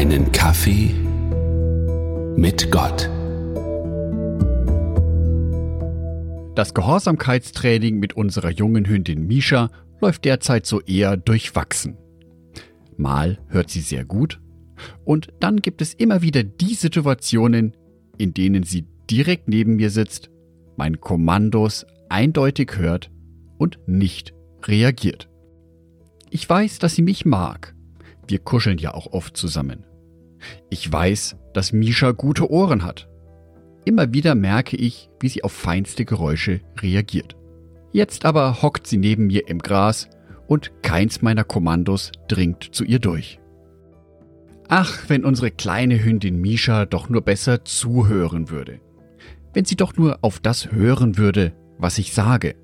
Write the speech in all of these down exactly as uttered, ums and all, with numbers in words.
Einen Kaffee mit Gott. Das Gehorsamkeitstraining mit unserer jungen Hündin Misha läuft derzeit so eher durchwachsen. Mal hört sie sehr gut und dann gibt es immer wieder die Situationen, in denen sie direkt neben mir sitzt, meine Kommandos eindeutig hört und nicht reagiert. Ich weiß, dass sie mich mag. Wir kuscheln ja auch oft zusammen. Ich weiß, dass Misha gute Ohren hat. Immer wieder merke ich, wie sie auf feinste Geräusche reagiert. Jetzt aber hockt sie neben mir im Gras und keins meiner Kommandos dringt zu ihr durch. Ach, wenn unsere kleine Hündin Misha doch nur besser zuhören würde. Wenn sie doch nur auf das hören würde, was ich sage.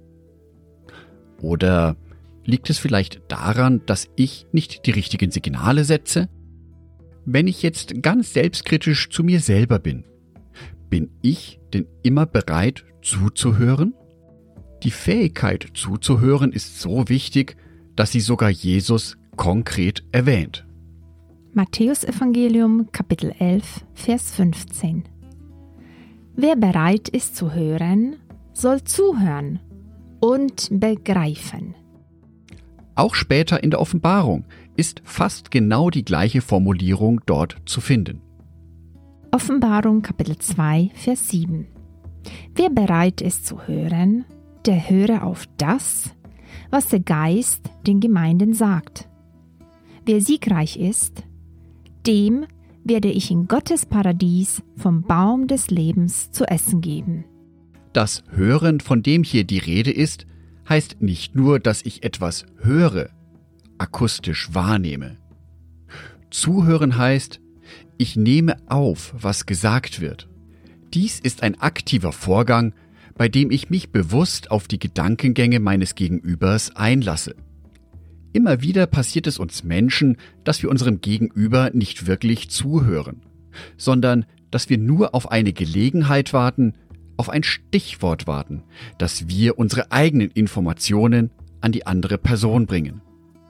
Oder liegt es vielleicht daran, dass ich nicht die richtigen Signale setze? Wenn ich jetzt ganz selbstkritisch zu mir selber bin, bin ich denn immer bereit zuzuhören? Die Fähigkeit zuzuhören ist so wichtig, dass sie sogar Jesus konkret erwähnt. Matthäus-Evangelium, Kapitel elf, Vers fünfzehn. Wer bereit ist zu hören, soll zuhören und begreifen. Auch später in der Offenbarung ist fast genau die gleiche Formulierung dort zu finden. Offenbarung, Kapitel zwei, Vers sieben. Wer bereit ist zu hören, der höre auf das, was der Geist den Gemeinden sagt. Wer siegreich ist, dem werde ich in Gottes Paradies vom Baum des Lebens zu essen geben. Das Hören, von dem hier die Rede ist, heißt nicht nur, dass ich etwas höre, akustisch wahrnehme. Zuhören heißt, ich nehme auf, was gesagt wird. Dies ist ein aktiver Vorgang, bei dem ich mich bewusst auf die Gedankengänge meines Gegenübers einlasse. Immer wieder passiert es uns Menschen, dass wir unserem Gegenüber nicht wirklich zuhören, sondern dass wir nur auf eine Gelegenheit warten, auf ein Stichwort warten, dass wir unsere eigenen Informationen an die andere Person bringen.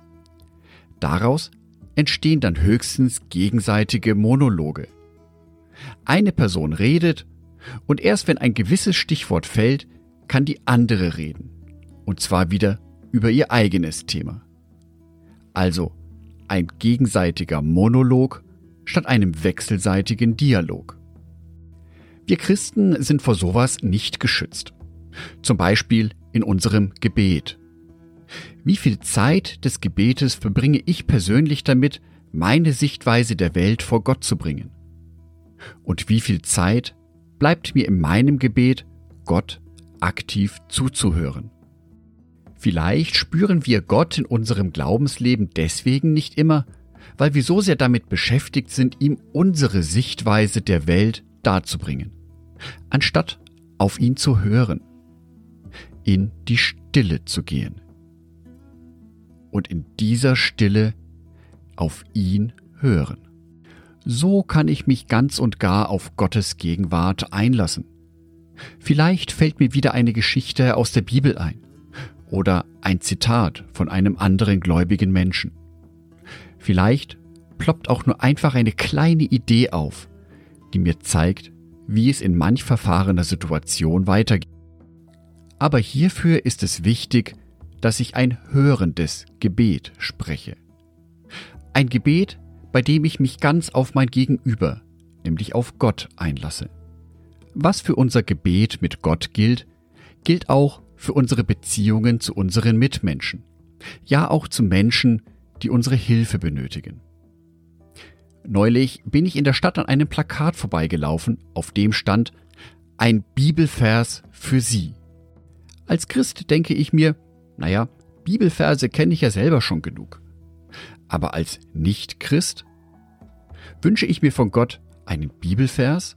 Daraus entstehen dann höchstens gegenseitige Monologe. Eine Person redet und erst wenn ein gewisses Stichwort fällt, kann die andere reden. Und zwar wieder über ihr eigenes Thema. Also ein gegenseitiger Monolog statt einem wechselseitigen Dialog. Wir Christen sind vor sowas nicht geschützt. Zum Beispiel in unserem Gebet. Wie viel Zeit des Gebetes verbringe ich persönlich damit, meine Sichtweise der Welt vor Gott zu bringen? Und wie viel Zeit bleibt mir in meinem Gebet, Gott aktiv zuzuhören? Vielleicht spüren wir Gott in unserem Glaubensleben deswegen nicht immer, weil wir so sehr damit beschäftigt sind, ihm unsere Sichtweise der Welt darzubringen, anstatt auf ihn zu hören, in die Stille zu gehen und in dieser Stille auf ihn hören. So kann ich mich ganz und gar auf Gottes Gegenwart einlassen. Vielleicht fällt mir wieder eine Geschichte aus der Bibel ein oder ein Zitat von einem anderen gläubigen Menschen. Vielleicht ploppt auch nur einfach eine kleine Idee auf, die mir zeigt, wie es in manch verfahrener Situation weitergeht. Aber hierfür ist es wichtig, dass ich ein hörendes Gebet spreche. Ein Gebet, bei dem ich mich ganz auf mein Gegenüber, nämlich auf Gott, einlasse. Was für unser Gebet mit Gott gilt, gilt auch für unsere Beziehungen zu unseren Mitmenschen. Ja, auch zu Menschen, die unsere Hilfe benötigen. Neulich bin ich in der Stadt an einem Plakat vorbeigelaufen, auf dem stand ein Bibelvers für Sie. Als Christ denke ich mir, naja, Bibelverse kenne ich ja selber schon genug. Aber als Nicht-Christ wünsche ich mir von Gott einen Bibelvers?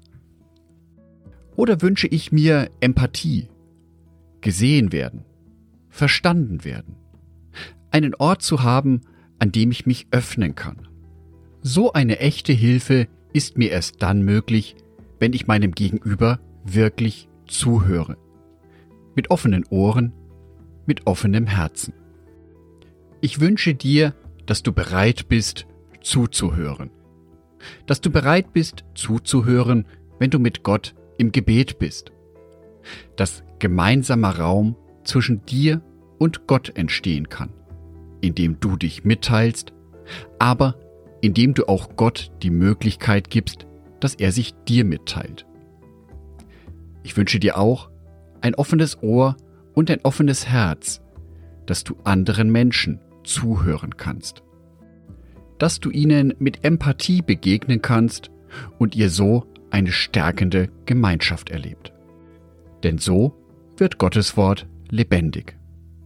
Oder wünsche ich mir Empathie, gesehen werden, verstanden werden, einen Ort zu haben, an dem ich mich öffnen kann? So eine echte Hilfe ist mir erst dann möglich, wenn ich meinem Gegenüber wirklich zuhöre. Mit offenen Ohren, mit offenem Herzen. Ich wünsche dir, dass du bereit bist, zuzuhören. dass du bereit bist, zuzuhören, wenn du mit Gott im Gebet bist. Dass gemeinsamer Raum zwischen dir und Gott entstehen kann, indem du dich mitteilst, aber indem du auch Gott die Möglichkeit gibst, dass er sich dir mitteilt. Ich wünsche dir auch ein offenes Ohr und ein offenes Herz, dass du anderen Menschen zuhören kannst. Dass du ihnen mit Empathie begegnen kannst und ihr so eine stärkende Gemeinschaft erlebt. Denn so wird Gottes Wort lebendig.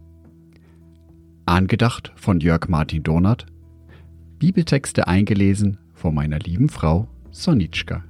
Angedacht von Jörg Martin Donath, Bibeltexte eingelesen von meiner lieben Frau Sonitschka.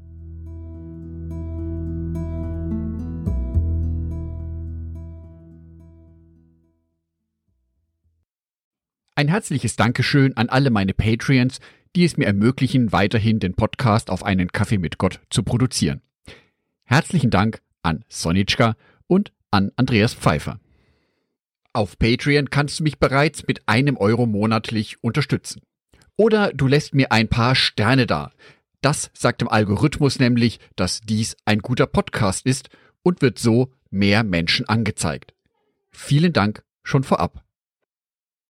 Ein herzliches Dankeschön an alle meine Patreons, die es mir ermöglichen, weiterhin den Podcast auf einen Kaffee mit Gott zu produzieren. Herzlichen Dank an Sonitschka und an Andreas Pfeiffer. Auf Patreon kannst du mich bereits mit einem Euro monatlich unterstützen. Oder du lässt mir ein paar Sterne da. Das sagt dem Algorithmus nämlich, dass dies ein guter Podcast ist und wird so mehr Menschen angezeigt. Vielen Dank schon vorab.